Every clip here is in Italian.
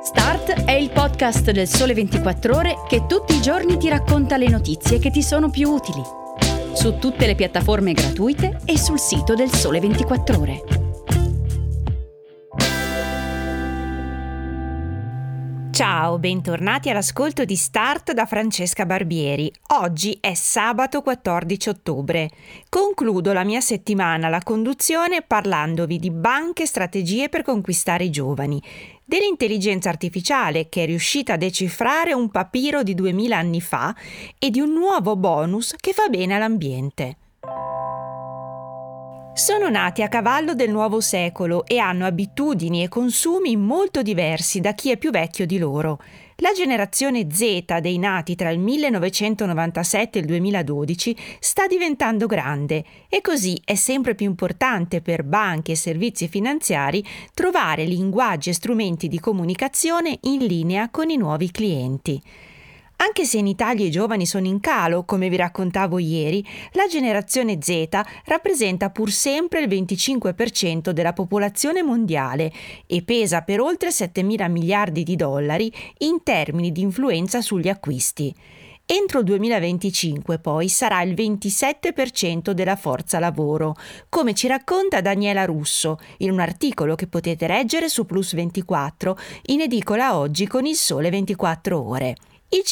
Start è il podcast del Sole 24 Ore che tutti i giorni ti racconta le notizie che ti sono più utili. Su tutte le piattaforme gratuite e sul sito del Sole 24 Ore. Ciao, bentornati all'ascolto di Start da Francesca Barbieri. Oggi è sabato 14 ottobre. Concludo la mia settimana alla conduzione parlandovi di banche e strategie per conquistare i giovani, dell'intelligenza artificiale che è riuscita a decifrare un papiro di 2000 anni fa e di un nuovo bonus che fa bene all'ambiente. Sono nati a cavallo del nuovo secolo e hanno abitudini e consumi molto diversi da chi è più vecchio di loro. La generazione Z dei nati tra il 1997 e il 2012 sta diventando grande e così è sempre più importante per banche e servizi finanziari trovare linguaggi e strumenti di comunicazione in linea con i nuovi clienti. Anche se in Italia i giovani sono in calo, come vi raccontavo ieri, la generazione Z rappresenta pur sempre il 25% della popolazione mondiale e pesa per oltre 7.000 miliardi di dollari in termini di influenza sugli acquisti. Entro il 2025 poi sarà il 27% della forza lavoro, come ci racconta Daniela Russo in un articolo che potete leggere su Plus 24 in edicola oggi con il Sole 24 Ore. Il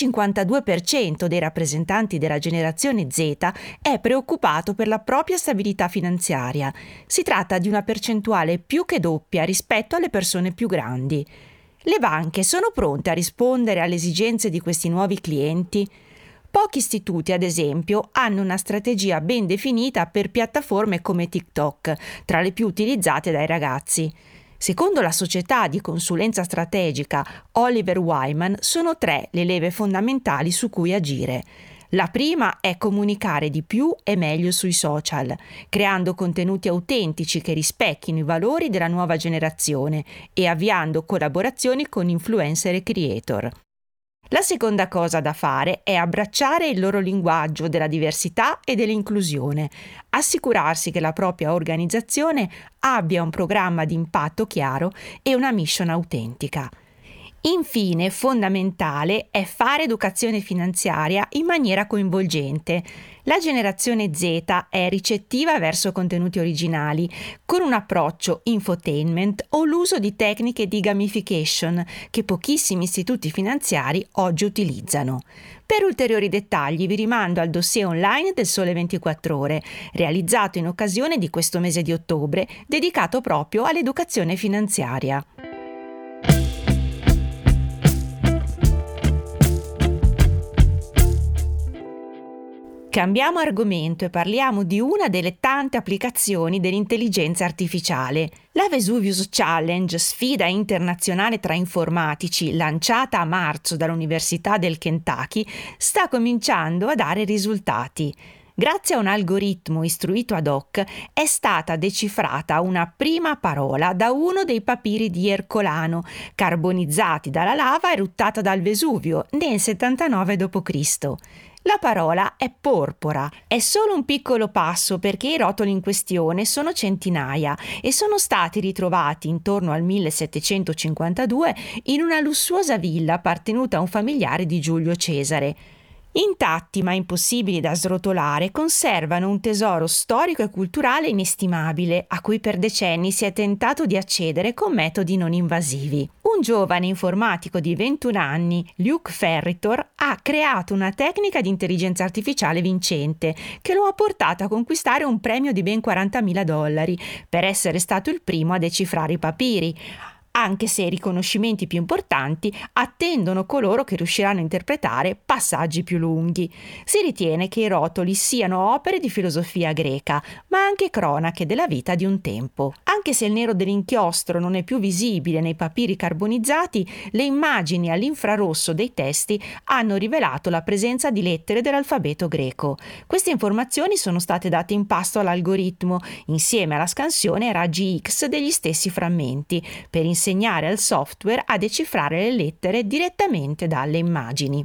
52% dei rappresentanti della generazione Z è preoccupato per la propria stabilità finanziaria. Si tratta di una percentuale più che doppia rispetto alle persone più grandi. Le banche sono pronte a rispondere alle esigenze di questi nuovi clienti? Pochi istituti, ad esempio, hanno una strategia ben definita per piattaforme come TikTok, tra le più utilizzate dai ragazzi. Secondo la società di consulenza strategica Oliver Wyman, sono 3 le leve fondamentali su cui agire. La prima è comunicare di più e meglio sui social, creando contenuti autentici che rispecchino i valori della nuova generazione e avviando collaborazioni con influencer e creator. La seconda cosa da fare è abbracciare il loro linguaggio della diversità e dell'inclusione, assicurarsi che la propria organizzazione abbia un programma di impatto chiaro e una mission autentica. Infine, fondamentale è fare educazione finanziaria in maniera coinvolgente. La generazione Z è ricettiva verso contenuti originali, con un approccio infotainment o l'uso di tecniche di gamification che pochissimi istituti finanziari oggi utilizzano. Per ulteriori dettagli vi rimando al dossier online del Sole 24 Ore, realizzato in occasione di questo mese di ottobre, dedicato proprio all'educazione finanziaria. Cambiamo argomento e parliamo di una delle tante applicazioni dell'intelligenza artificiale. La Vesuvius Challenge, sfida internazionale tra informatici, lanciata a marzo dall'Università del Kentucky, sta cominciando a dare risultati. Grazie a un algoritmo istruito ad hoc è stata decifrata una prima parola da uno dei papiri di Ercolano, carbonizzati dalla lava eruttata dal Vesuvio nel 79 d.C. La parola è porpora. È solo un piccolo passo perché i rotoli in questione sono centinaia e sono stati ritrovati intorno al 1752 in una lussuosa villa appartenuta a un familiare di Giulio Cesare. Intatti ma impossibili da srotolare, conservano un tesoro storico e culturale inestimabile a cui per decenni si è tentato di accedere con metodi non invasivi. Un giovane informatico di 21 anni, Luke Ferritor, ha creato una tecnica di intelligenza artificiale vincente che lo ha portato a conquistare un premio di ben $40.000 per essere stato il primo a decifrare i papiri, anche se i riconoscimenti più importanti attendono coloro che riusciranno a interpretare passaggi più lunghi. Si ritiene che i rotoli siano opere di filosofia greca, ma anche cronache della vita di un tempo. Anche se il nero dell'inchiostro non è più visibile nei papiri carbonizzati, le immagini all'infrarosso dei testi hanno rivelato la presenza di lettere dell'alfabeto greco. Queste informazioni sono state date in pasto all'algoritmo, insieme alla scansione a raggi X degli stessi frammenti, per insegnare al software a decifrare le lettere direttamente dalle immagini.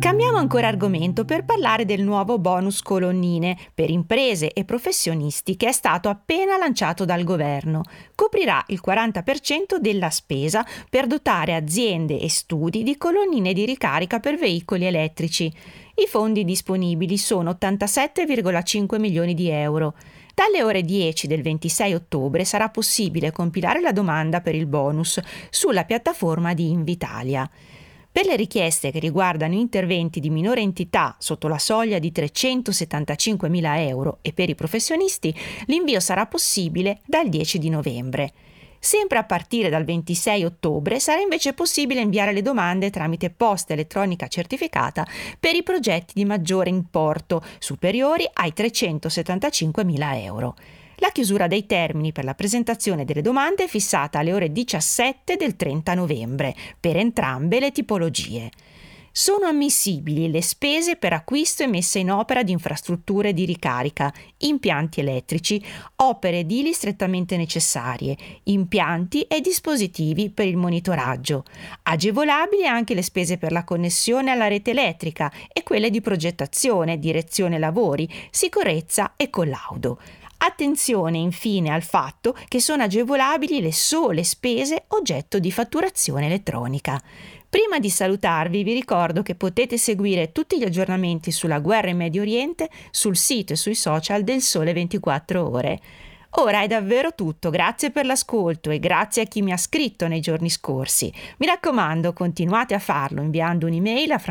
Cambiamo ancora argomento per parlare del nuovo bonus colonnine per imprese e professionisti che è stato appena lanciato dal governo. Coprirà il 40% della spesa per dotare aziende e studi di colonnine di ricarica per veicoli elettrici. I fondi disponibili sono 87,5 milioni di euro. Dalle ore 10 del 26 ottobre sarà possibile compilare la domanda per il bonus sulla piattaforma di Invitalia. Per le richieste che riguardano interventi di minore entità sotto la soglia di 375.000 euro e per i professionisti, l'invio sarà possibile dal 10 di novembre. Sempre a partire dal 26 ottobre sarà invece possibile inviare le domande tramite posta elettronica certificata per i progetti di maggiore importo, superiori ai 375.000 euro. La chiusura dei termini per la presentazione delle domande è fissata alle ore 17 del 30 novembre per entrambe le tipologie. Sono ammissibili le spese per acquisto e messa in opera di infrastrutture di ricarica, impianti elettrici, opere edili strettamente necessarie, impianti e dispositivi per il monitoraggio. Agevolabili anche le spese per la connessione alla rete elettrica e quelle di progettazione, direzione lavori, sicurezza e collaudo. Attenzione infine al fatto che sono agevolabili le sole spese oggetto di fatturazione elettronica. Prima di salutarvi vi ricordo che potete seguire tutti gli aggiornamenti sulla guerra in Medio Oriente sul sito e sui social del Sole 24 Ore. Ora è davvero tutto, grazie per l'ascolto e grazie a chi mi ha scritto nei giorni scorsi. Mi raccomando, continuate a farlo inviando un'email a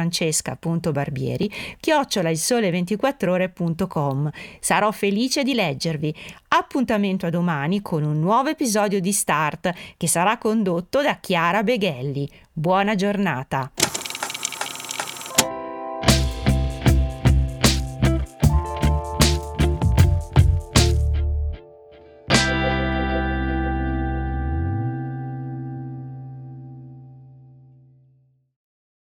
francesca.barbieri@ilsole24ore.com. Sarò felice di leggervi. Appuntamento a domani con un nuovo episodio di Start che sarà condotto da Chiara Beghelli. Buona giornata!